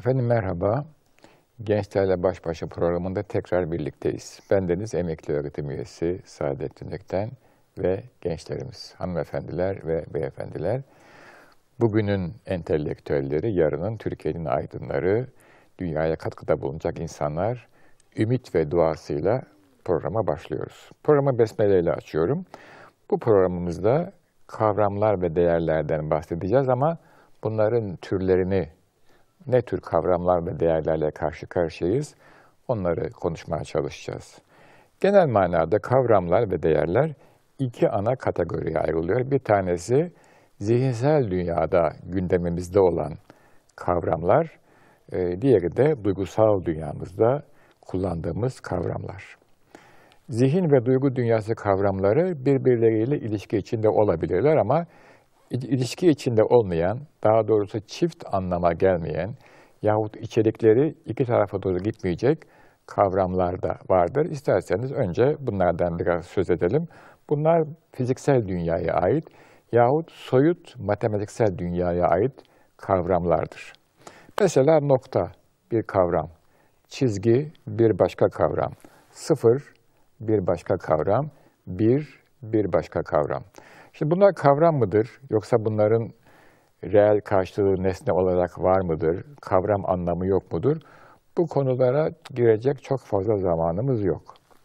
Efendim merhaba. Gençlerle Baş Başa programında tekrar birlikteyiz. Bendeniz emekli öğretim üyesi Saadettin Ökten ve gençlerimiz, hanımefendiler ve beyefendiler. Bugünün entelektüelleri, yarının Türkiye'nin aydınları, dünyaya katkıda bulunacak insanlar, ümit ve duasıyla programa başlıyoruz. Programı besmele ile açıyorum. Bu programımızda kavramlar ve değerlerden bahsedeceğiz ama bunların türlerini, ne tür kavramlar ve değerlerle karşı karşıyayız, onları konuşmaya çalışacağız. Genel manada kavramlar ve değerler iki ana kategoriye ayrılıyor. Bir tanesi zihinsel dünyada gündemimizde olan kavramlar, diğeri de duygusal dünyamızda kullandığımız kavramlar. Zihin ve duygu dünyası kavramları birbirleriyle ilişki içinde olabilirler ama ilişki içinde olmayan, daha doğrusu çift anlama gelmeyen yahut içerikleri iki tarafa doğru gitmeyecek kavramlar da vardır. İsterseniz önce bunlardan biraz söz edelim. Bunlar fiziksel dünyaya ait yahut soyut matematiksel dünyaya ait kavramlardır. Mesela nokta bir kavram, çizgi bir başka kavram, sıfır bir başka kavram, bir başka kavram. Şimdi bunlar kavram mıdır yoksa bunların reel karşılığı nesne olarak var mıdır, kavram anlamı yok mudur? Bu konulara girecek çok fazla zamanımız yok.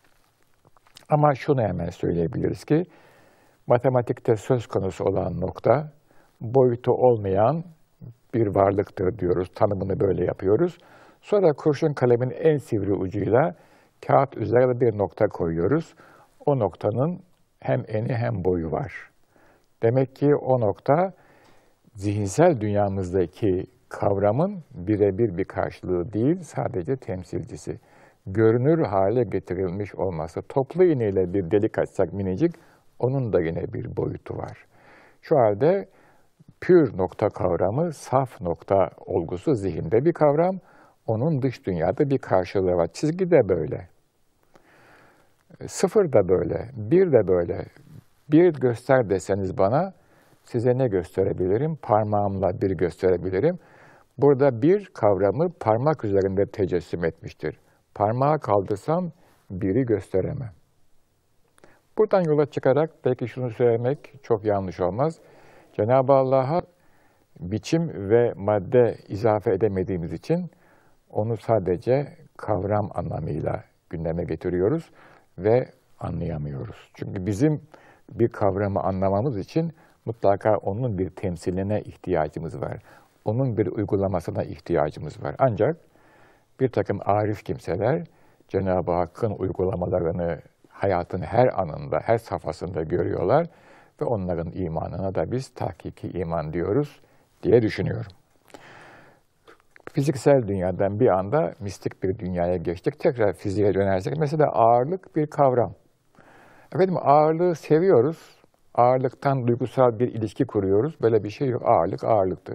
Ama şunu hemen söyleyebiliriz ki, matematikte söz konusu olan nokta, boyutu olmayan bir varlıktır diyoruz, tanımını böyle yapıyoruz. Sonra kurşun kalemin en sivri ucuyla kağıt üzerine bir nokta koyuyoruz. O noktanın hem eni hem boyu var. Demek ki o nokta zihinsel dünyamızdaki kavramın birebir bir karşılığı değil, sadece temsilcisi. Görünür hale getirilmiş olması, toplu iğneyle bir delik açsak minicik, onun da yine bir boyutu var. Şu halde pür nokta kavramı, saf nokta olgusu zihinde bir kavram, onun dış dünyada bir karşılığı var. Çizgi de böyle. Sıfır da böyle, bir de böyle. Bir göster deseniz bana, size ne gösterebilirim? Parmağımla bir gösterebilirim. Burada bir kavramı parmak üzerinde tecessüm etmiştir. Parmağı kaldırsam biri gösteremem. Buradan yola çıkarak belki şunu söylemek çok yanlış olmaz. Cenab-ı Allah'a biçim ve madde izafe edemediğimiz için onu sadece kavram anlamıyla gündeme getiriyoruz ve anlayamıyoruz. Çünkü bizim bir kavramı anlamamız için mutlaka onun bir temsiline ihtiyacımız var. Onun bir uygulamasına ihtiyacımız var. Ancak bir takım arif kimseler Cenab-ı Hakk'ın uygulamalarını hayatın her anında, her safhasında görüyorlar ve onların imanına da biz tahkiki iman diyoruz diye düşünüyorum. Fiziksel dünyadan bir anda mistik bir dünyaya geçtik. Tekrar fiziğe dönersek mesela ağırlık bir kavram. Efendim ağırlığı seviyoruz. Ağırlıktan duygusal bir ilişki kuruyoruz. Böyle bir şey yok. Ağırlık ağırlıktır.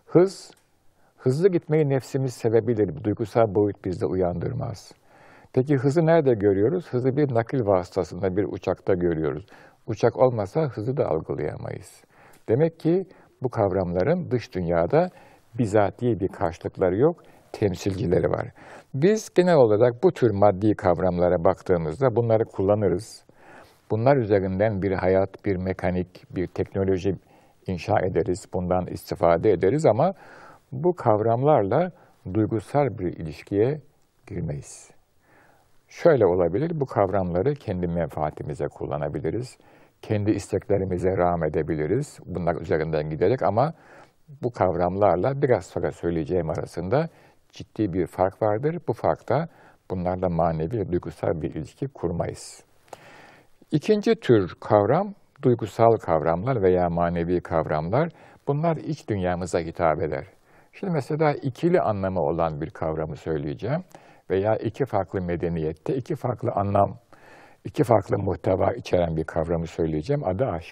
Hızlı gitmeyi nefsimiz sevebilir. Duygusal boyut bizde uyandırmaz. Peki hızı nerede görüyoruz? Hızı bir nakil vasıtasında, bir uçakta görüyoruz. Uçak olmasa hızı da algılayamayız. Demek ki bu kavramların dış dünyada bizatihi bir karşılıkları yok, temsilcileri var. Biz genel olarak bu tür maddi kavramlara baktığımızda bunları kullanırız. Bunlar üzerinden bir hayat, bir mekanik, bir teknoloji inşa ederiz, bundan istifade ederiz ama bu kavramlarla duygusal bir ilişkiye girmeyiz. Şöyle olabilir, bu kavramları kendi menfaatimize kullanabiliriz, kendi isteklerimize rağm edebiliriz, bunlar üzerinden giderek ama bu kavramlarla biraz sonra söyleyeceğim arasında ciddi bir fark vardır. Bu farkta bunlarla manevi, duygusal bir ilişki kurmayız. İkinci tür kavram, duygusal kavramlar veya manevi kavramlar. Bunlar iç dünyamıza hitap eder. Şimdi mesela ikili anlamı olan bir kavramı söyleyeceğim. Veya iki farklı medeniyette, iki farklı anlam, iki farklı muhteva içeren bir kavramı söyleyeceğim. Adı aşk.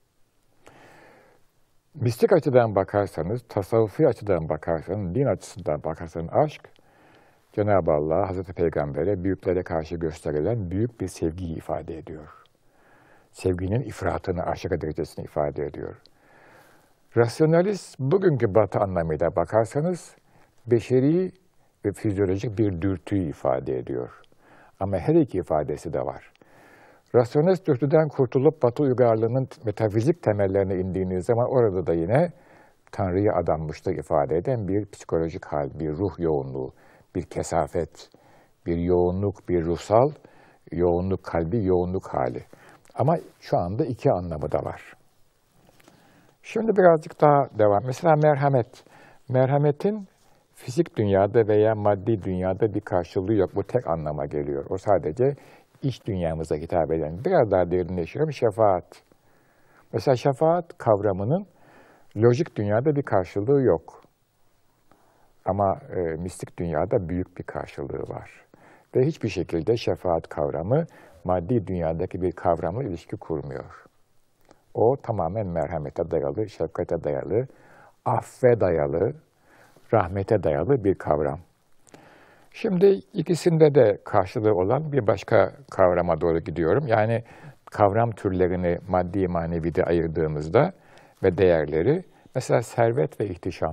Mistik açıdan bakarsanız, tasavvufi açıdan bakarsanız, din açısından bakarsanız aşk, Cenab-ı Allah, Hazreti Peygamber'e, büyüklere karşı gösterilen büyük bir sevgiyi ifade ediyor. Sevginin ifratını, aşırı derecesini ifade ediyor. Rasyonalist, bugünkü Batı anlamıyla bakarsanız, beşeri ve fizyolojik bir dürtüyü ifade ediyor. Ama her iki ifadesi de var. Rasyonel dürtüden kurtulup Batı uygarlığının metafizik temellerine indiğiniz zaman orada da yine Tanrı'ya adanmışlık ifade eden bir psikolojik hal, bir ruh yoğunluğu, bir kesafet, bir yoğunluk, bir ruhsal yoğunluk, kalbi yoğunluk hali. Ama şu anda iki anlamı da var. Şimdi birazcık daha devam. Mesela merhamet. Merhametin fizik dünyada veya maddi dünyada bir karşılığı yok. Bu tek anlama geliyor. O sadece iç dünyamıza hitap eden. Biraz daha derinleşiyorum. Şefaat. Mesela şefaat kavramının lojik dünyada bir karşılığı yok. Ama mistik dünyada büyük bir karşılığı var. Ve hiçbir şekilde şefaat kavramı maddi dünyadaki bir kavramla ilişki kurmuyor. O tamamen merhamete dayalı, şefkate dayalı, affe dayalı, rahmete dayalı bir kavram. Şimdi ikisinde de karşılığı olan bir başka kavrama doğru gidiyorum. Yani kavram türlerini maddi manevide ayırdığımızda ve değerleri, mesela servet ve ihtişam.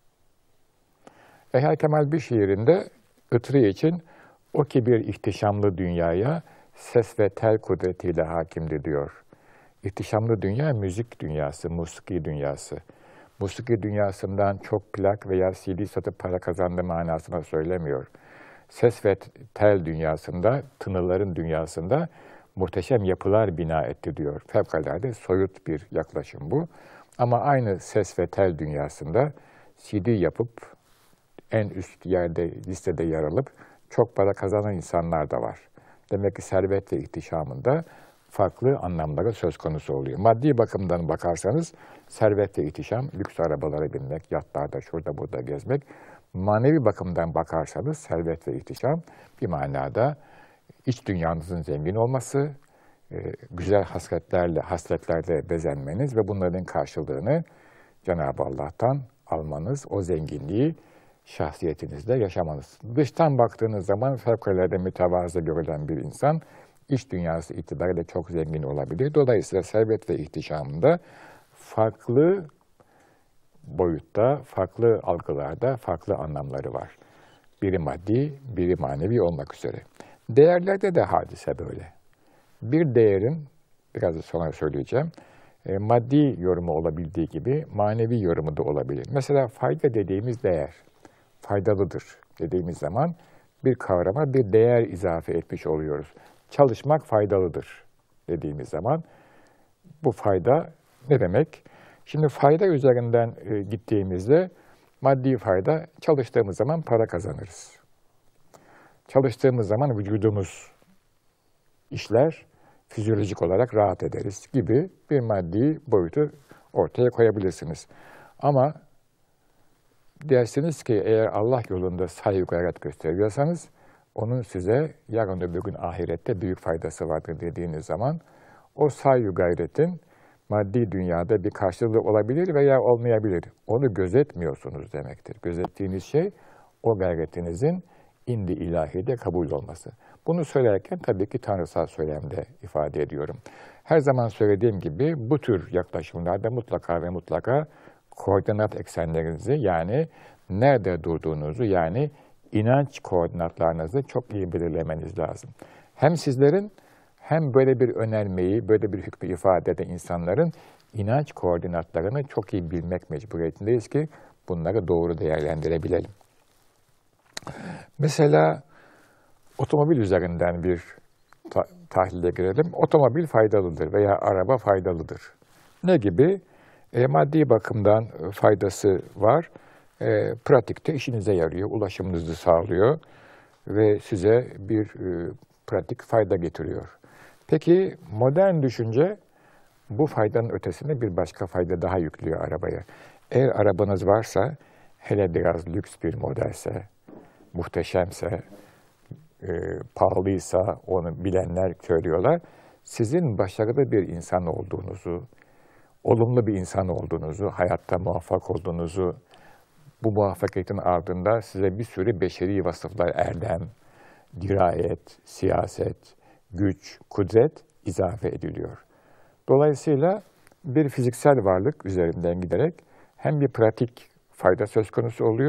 Yahya Kemal bir şiirinde Itri için o ki bir ihtişamlı dünyaya ses ve tel kudretiyle hakimdi diyor. İhtişamlı dünya müzik dünyası, musiki dünyası. Musiki dünyasından çok plak veya CD satıp para kazandığı manasına söylemiyor. Ses ve tel dünyasında, tınıların dünyasında muhteşem yapılar bina etti diyor. Fevkalade soyut bir yaklaşım bu. Ama aynı ses ve tel dünyasında CD yapıp en üst yerde, listede yer alıp çok para kazanan insanlar da var. Demek ki servet ve ihtişamında farklı anlamları söz konusu oluyor. Maddi bakımdan bakarsanız servet ve ihtişam, lüks arabalara binmek, yatlarda şurada burada gezmek. Manevi bakımdan bakarsanız servet ve ihtişam bir manada iç dünyanızın zengin olması, güzel hasletlerle bezenmeniz ve bunların karşılığını Cenab-ı Allah'tan almanız, o zenginliği şahsiyetinizde yaşamanız. Dıştan baktığınız zaman fevkalade mütevazı görülen bir insan, iç dünyası itibariyle çok zengin olabilir. Dolayısıyla servet ve ihtişamında farklı boyutta, farklı algılarda, farklı anlamları var. Biri maddi, biri manevi olmak üzere. Değerlerde de hadise böyle. Bir değerin, biraz da sonra söyleyeceğim, maddi yorumu olabildiği gibi manevi yorumu da olabilir. Mesela fayda dediğimiz değer, faydalıdır dediğimiz zaman bir kavrama bir değer izafe etmiş oluyoruz. Çalışmak faydalıdır dediğimiz zaman bu fayda ne demek? Şimdi fayda üzerinden gittiğimizde maddi fayda, çalıştığımız zaman para kazanırız. Çalıştığımız zaman vücudumuz işler, fizyolojik olarak rahat ederiz gibi bir maddi boyutu ortaya koyabilirsiniz. Ama dersiniz ki eğer Allah yolunda saygı gayret gösteriyorsanız onun size yarın öbür gün ahirette büyük faydası vardır dediğiniz zaman o saygı gayretin maddi dünyada bir karşılığı olabilir veya olmayabilir. Onu gözetmiyorsunuz demektir. Gözettiğiniz şey o gayretinizin indi ilahide kabul olması. Bunu söylerken tabii ki tanrısal söylemde ifade ediyorum. Her zaman söylediğim gibi bu tür yaklaşımlarda mutlaka ve mutlaka koordinat eksenlerinizi yani nerede durduğunuzu yani inanç koordinatlarınızı çok iyi belirlemeniz lazım. Hem sizlerin hem böyle bir önermeyi, böyle bir hükmü ifade eden insanların inanç koordinatlarını çok iyi bilmek mecburiyetindeyiz ki bunları doğru değerlendirebilelim. Mesela otomobil üzerinden bir tahlile girelim. Otomobil faydalıdır veya araba faydalıdır. Ne gibi? Maddi bakımdan faydası var. Pratikte işinize yarıyor, ulaşımınızı sağlıyor ve size bir pratik fayda getiriyor. Peki modern düşünce bu faydanın ötesinde bir başka fayda daha yüklüyor arabaya. Eğer arabanız varsa, hele biraz lüks bir modelse, muhteşemse, pahalıysa onu bilenler söylüyorlar. Sizin başarılı bir insan olduğunuzu, olumlu bir insan olduğunuzu, hayatta muvaffak olduğunuzu, bu muvaffakiyetin ardında size bir sürü beşeri vasıflar, erdem, dirayet, siyaset, güç, kudret izafe ediliyor. Dolayısıyla bir fiziksel varlık üzerinden giderek hem bir pratik fayda söz konusu oluyor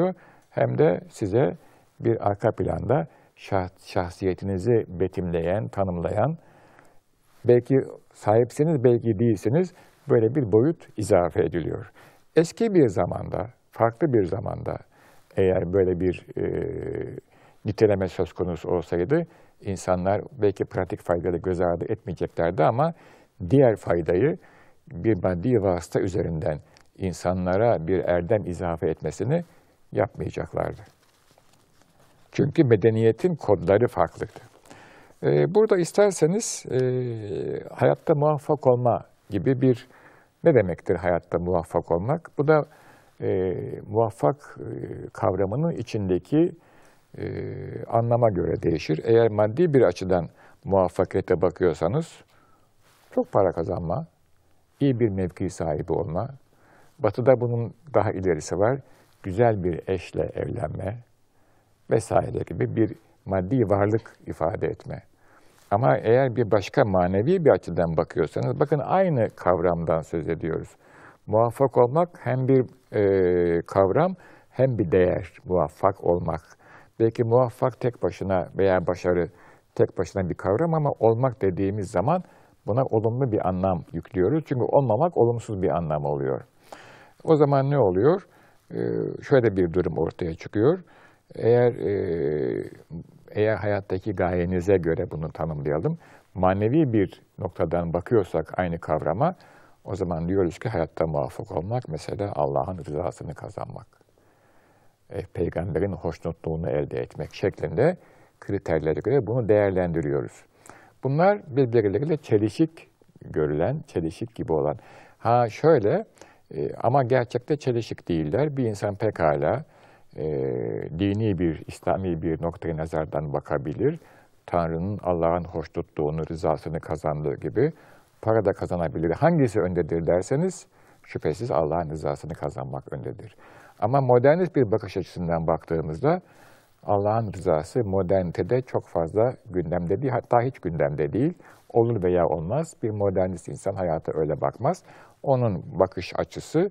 hem de size bir arka planda şahsiyetinizi betimleyen, tanımlayan, belki sahipsiniz, belki değilsiniz, böyle bir boyut izafe ediliyor. Eski bir zamanda, farklı bir zamanda eğer böyle bir niteleme söz konusu olsaydı, insanlar belki pratik faydaları göz ardı etmeyeceklerdi ama diğer faydayı bir maddi vasıta üzerinden insanlara bir erdem izafe etmesini yapmayacaklardı. Çünkü medeniyetin kodları farklıydı. Burada isterseniz hayatta muvaffak olma gibi bir, ne demektir hayatta muvaffak olmak? Bu da muvaffak kavramının içindeki anlama göre değişir. Eğer maddi bir açıdan muvaffakiyete bakıyorsanız, çok para kazanma, iyi bir mevki sahibi olma, Batı'da bunun daha ilerisi var, güzel bir eşle evlenme vesaire gibi bir maddi varlık ifade etme. Ama eğer bir başka manevi bir açıdan bakıyorsanız, bakın aynı kavramdan söz ediyoruz. Muvaffak olmak hem bir kavram hem bir değer, muvaffak olmak. Belki muvaffak tek başına veya başarı tek başına bir kavram ama olmak dediğimiz zaman buna olumlu bir anlam yüklüyoruz. Çünkü olmamak olumsuz bir anlam oluyor. O zaman ne oluyor? Şöyle bir durum ortaya çıkıyor. Eğer hayattaki gayenize göre bunu tanımlayalım, manevi bir noktadan bakıyorsak aynı kavrama, o zaman diyoruz ki hayatta muvaffak olmak, mesela Allah'ın rızasını kazanmak, peygamberin hoşnutluğunu elde etmek şeklinde kriterlere göre bunu değerlendiriyoruz. Bunlar birbirleriyle çelişik görülen, çelişik gibi olan. Ama gerçekte çelişik değiller. Bir insan pekala dini bir, İslami bir noktayı nazardan bakabilir. Tanrı'nın, Allah'ın hoşnutluğunu, rızasını kazandığı gibi para da kazanabilir. Hangisi öndedir derseniz, şüphesiz Allah'ın rızasını kazanmak öndedir. Ama modernist bir bakış açısından baktığımızda, Allah'ın rızası modernitede çok fazla gündemde değil, hatta hiç gündemde değil. Olur veya olmaz. Bir modernist insan hayata öyle bakmaz. Onun bakış açısı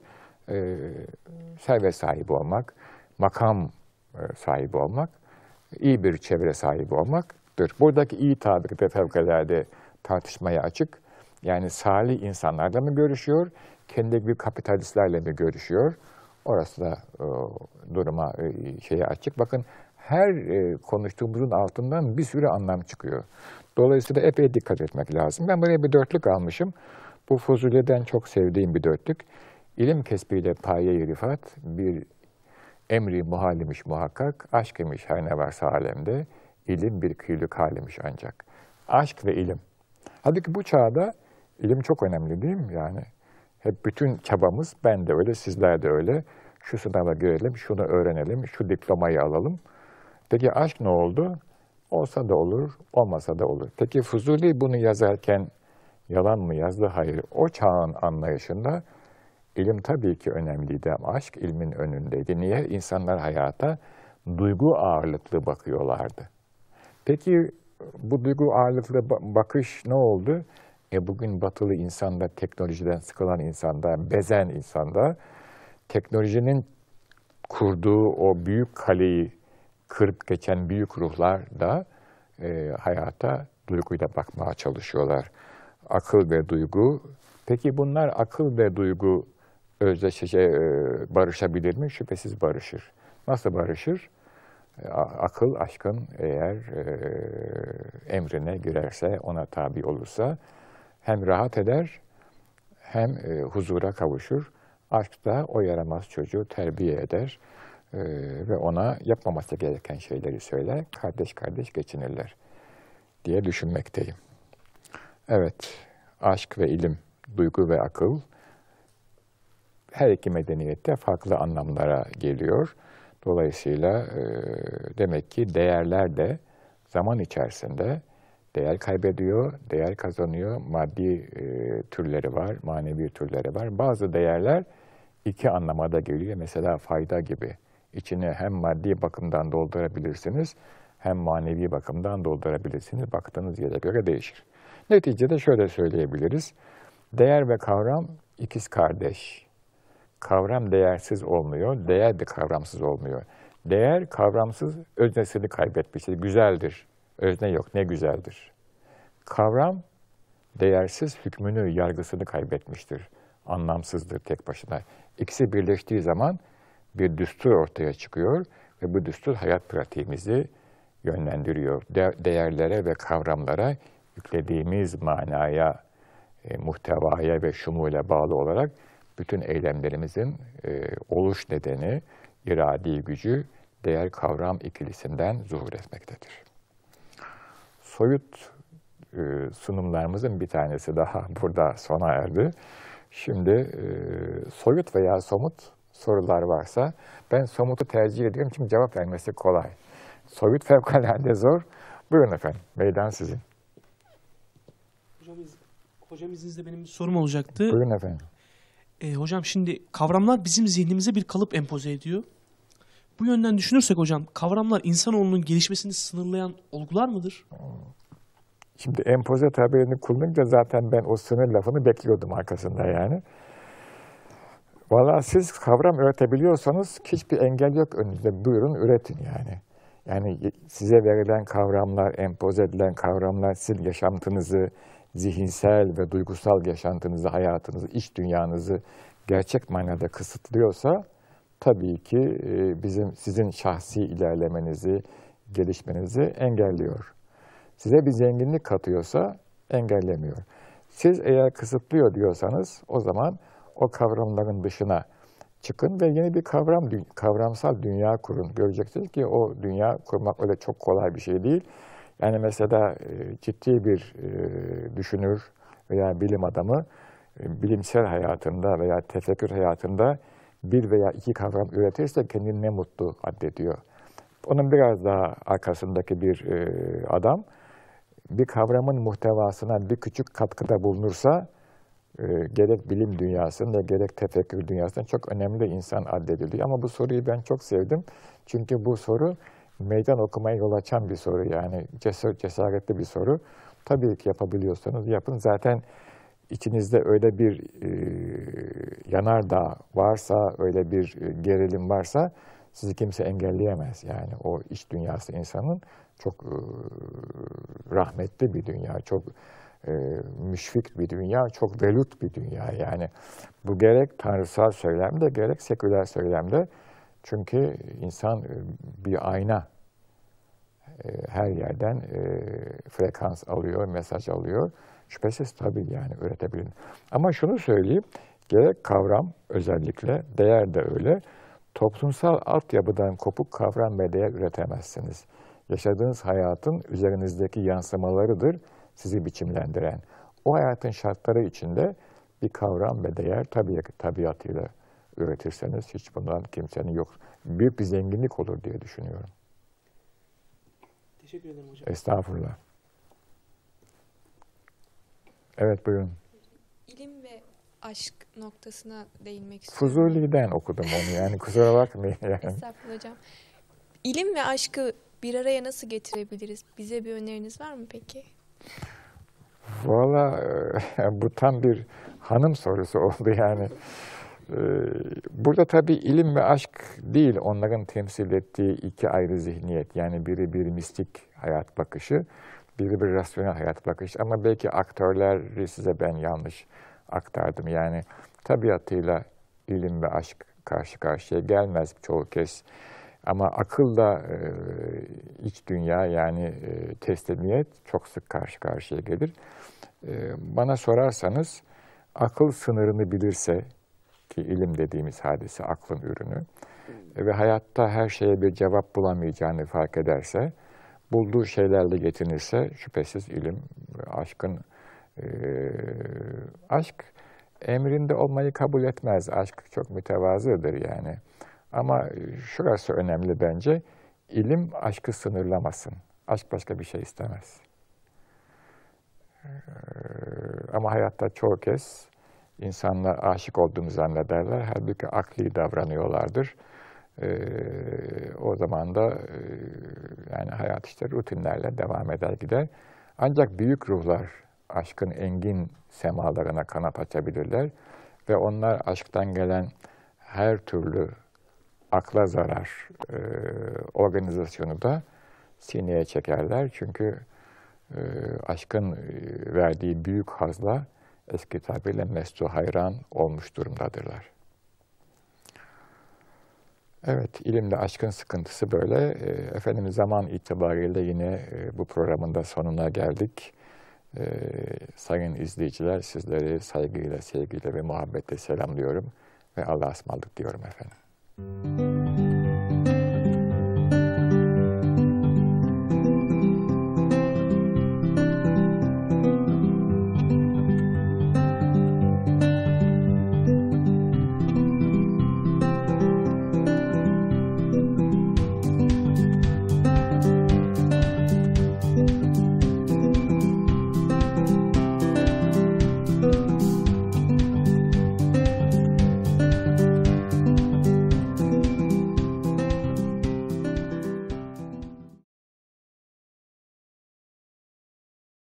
servet sahibi olmak, makam sahibi olmak, iyi bir çevre sahibi olmaktır. Buradaki iyi tabir de fevkalade tartışmaya açık. Yani salih insanlarla mı görüşüyor, kendi gibi kapitalistlerle mi görüşüyor? Orası da duruma açık. Bakın her konuştuğumuzun altından bir sürü anlam çıkıyor. Dolayısıyla epey dikkat etmek lazım. Ben buraya bir dörtlük almışım. Bu Fuzuli'den çok sevdiğim bir dörtlük. İlim kesbiyle paye-i rifat, bir emri muhal imiş muhakkak, aşk imiş her ne varsa alemde, ilim bir kıyluk halimiş ancak. Aşk ve ilim. Halbuki bu çağda ilim çok önemli değil mi? Yani hep bütün çabamız, ben de öyle, sizler de öyle. Şu sınava girelim, şunu öğrenelim, şu diplomayı alalım. Peki aşk ne oldu? Olsa da olur, olmasa da olur. Peki Fuzuli bunu yazarken yalan mı yazdı? Hayır. O çağın anlayışında ilim tabii ki önemliydi ama aşk ilmin önündeydi. Niye? İnsanlar hayata duygu ağırlıklı bakıyorlardı. Peki bu duygu ağırlıklı bakış ne oldu? Bugün batılı insanda, teknolojiden sıkılan insanda, bezen insanda, teknolojinin kurduğu o büyük kaleyi kırıp geçen büyük ruhlar da hayata duyguyla bakmaya çalışıyorlar. Akıl ve duygu. Peki bunlar akıl ve duygu barışabilir mi? Şüphesiz barışır. Nasıl barışır? Akıl aşkın eğer emrine girerse, ona tabi olursa hem rahat eder hem huzura kavuşur. Aşk da o yaramaz çocuğu terbiye eder ve ona yapmaması gereken şeyleri söyler. Kardeş kardeş geçinirler diye düşünmekteyim. Evet, aşk ve ilim, duygu ve akıl her iki medeniyette farklı anlamlara geliyor. Dolayısıyla demek ki değerler de zaman içerisinde değer kaybediyor, değer kazanıyor. Maddi türleri var, manevi türleri var. Bazı değerler iki anlamada geliyor. Mesela fayda gibi. İçini hem maddi bakımdan doldurabilirsiniz, hem manevi bakımdan doldurabilirsiniz. Baktığınız yere göre değişir. Neticede şöyle söyleyebiliriz. Değer ve kavram ikiz kardeş. Kavram değersiz olmuyor, değer de kavramsız olmuyor. Değer kavramsız öznesini kaybetmiştir. Güzeldir. Özne yok. Ne güzeldir. Kavram değersiz hükmünü, yargısını kaybetmiştir. Anlamsızdır tek başına. İkisi birleştiği zaman bir düstur ortaya çıkıyor ve bu düstur hayat pratiğimizi yönlendiriyor. Değerlere ve kavramlara yüklediğimiz manaya, muhtevaya ve şumule bağlı olarak bütün eylemlerimizin oluş nedeni, iradi gücü değer kavram ikilisinden zuhur etmektedir. Soyut sunumlarımızın bir tanesi daha burada sona erdi. Şimdi soyut veya somut sorular varsa ben somutu tercih ediyorum çünkü cevap vermesi kolay. Soyut fevkalade zor. Buyurun efendim, meydan sizin. Hocam izninizle benim bir sorum olacaktı. Buyurun efendim. Hocam şimdi kavramlar bizim zihnimize bir kalıp empoze ediyor. Bu yönden düşünürsek hocam kavramlar insanoğlunun gelişmesini sınırlayan olgular mıdır? Şimdi empoze tabirini kullanınca zaten ben o sınır lafını bekliyordum arkasında yani. Valla siz kavram üretebiliyorsanız hiçbir engel yok önünüzde. Buyurun üretin yani. Yani size verilen kavramlar, empoze edilen kavramlar sizin yaşantınızı, zihinsel ve duygusal yaşantınızı, hayatınızı, iç dünyanızı gerçek manada kısıtlıyorsa tabii ki sizin şahsi ilerlemenizi, gelişmenizi engelliyor. Size bir zenginlik katıyorsa engellemiyor. Siz eğer kısıtlıyor diyorsanız o zaman o kavramların dışına çıkın ve yeni bir kavramsal dünya kurun. Göreceksiniz ki o dünya kurmak öyle çok kolay bir şey değil. Yani mesela ciddi bir düşünür veya bilim adamı bilimsel hayatında veya tefekkür hayatında bir veya iki kavram üretirse kendini ne mutlu addediyor. Onun biraz daha arkasındaki bir adam bir kavramın muhtevasına bir küçük katkıda bulunursa gerek bilim dünyasında gerek tefekkür dünyasında çok önemli insan addediliyor. Ama bu soruyu ben çok sevdim. Çünkü bu soru meydan okumaya yol açan bir soru yani cesaretli bir soru. Tabii ki yapabiliyorsanız yapın. Zaten içinizde öyle bir yanardağ varsa, öyle bir gerilim varsa sizi kimse engelleyemez. Yani o iç dünyası insanın çok rahmetli bir dünya, çok müşfik bir dünya, çok velut bir dünya. Yani bu gerek tanrısal söylemde gerek seküler söylemde. Çünkü insan bir ayna. Her yerden frekans alıyor, mesaj alıyor. Şüphesiz tabii yani üretebilir. Ama şunu söyleyeyim, gerek kavram özellikle, değer de öyle, toplumsal altyapıdan kopuk kavram ve değer üretemezsiniz. Yaşadığınız hayatın üzerinizdeki yansımalarıdır sizi biçimlendiren. O hayatın şartları içinde bir kavram ve değer tabiatıyla üretirseniz hiç bundan kimsenin yok. Büyük bir zenginlik olur diye düşünüyorum. Teşekkür ederim hocam. Estağfurullah. Evet buyurun. İlim ve aşk noktasına değinmek istiyorum. Fuzuli'den okudum onu yani kusura bakmayın. Yani. Estağfurullah hocam. İlim ve aşkı bir araya nasıl getirebiliriz? Bize bir öneriniz var mı peki? Valla bu tam bir hanım sorusu oldu yani. Burada tabii ilim ve aşk değil, onların temsil ettiği iki ayrı zihniyet. Yani biri bir mistik hayat bakışı, biri bir rasyonel hayat bakışı. Ama belki aktörleri size ben yanlış aktardım. Yani tabiatıyla ilim ve aşk karşı karşıya gelmez çoğu kez. Ama akılla iç dünya yani teslimiyet çok sık karşı karşıya gelir. Bana sorarsanız akıl sınırını bilirse, ki ilim dediğimiz hadise aklın ürünü ve hayatta her şeye bir cevap bulamayacağını fark ederse, bulduğu şeylerle yetinirse şüphesiz ilim, aşk emrinde olmayı kabul etmez. Aşk çok mütevazıdır yani. Ama şurası önemli bence, ilim aşkı sınırlamasın. Aşk başka bir şey istemez. Ama hayatta çoğu kez insanlar aşık olduğunu zannederler. Halbuki akli davranıyorlardır. O zaman da yani hayat işte rutinlerle devam eder gider. Ancak büyük ruhlar aşkın engin semalarına kanat açabilirler. Ve onlar aşktan gelen her türlü akla zarar organizasyonu da sineye çekerler. Çünkü aşkın verdiği büyük hazla eski tabirle mestu hayran olmuş durumdadırlar. Evet, ilimde aşkın sıkıntısı böyle. Efendim zaman itibariyle yine bu programın da sonuna geldik. Sayın izleyiciler, sizleri saygıyla, sevgiyle ve muhabbetle selamlıyorum ve Allah'a ısmarladık diyorum efendim.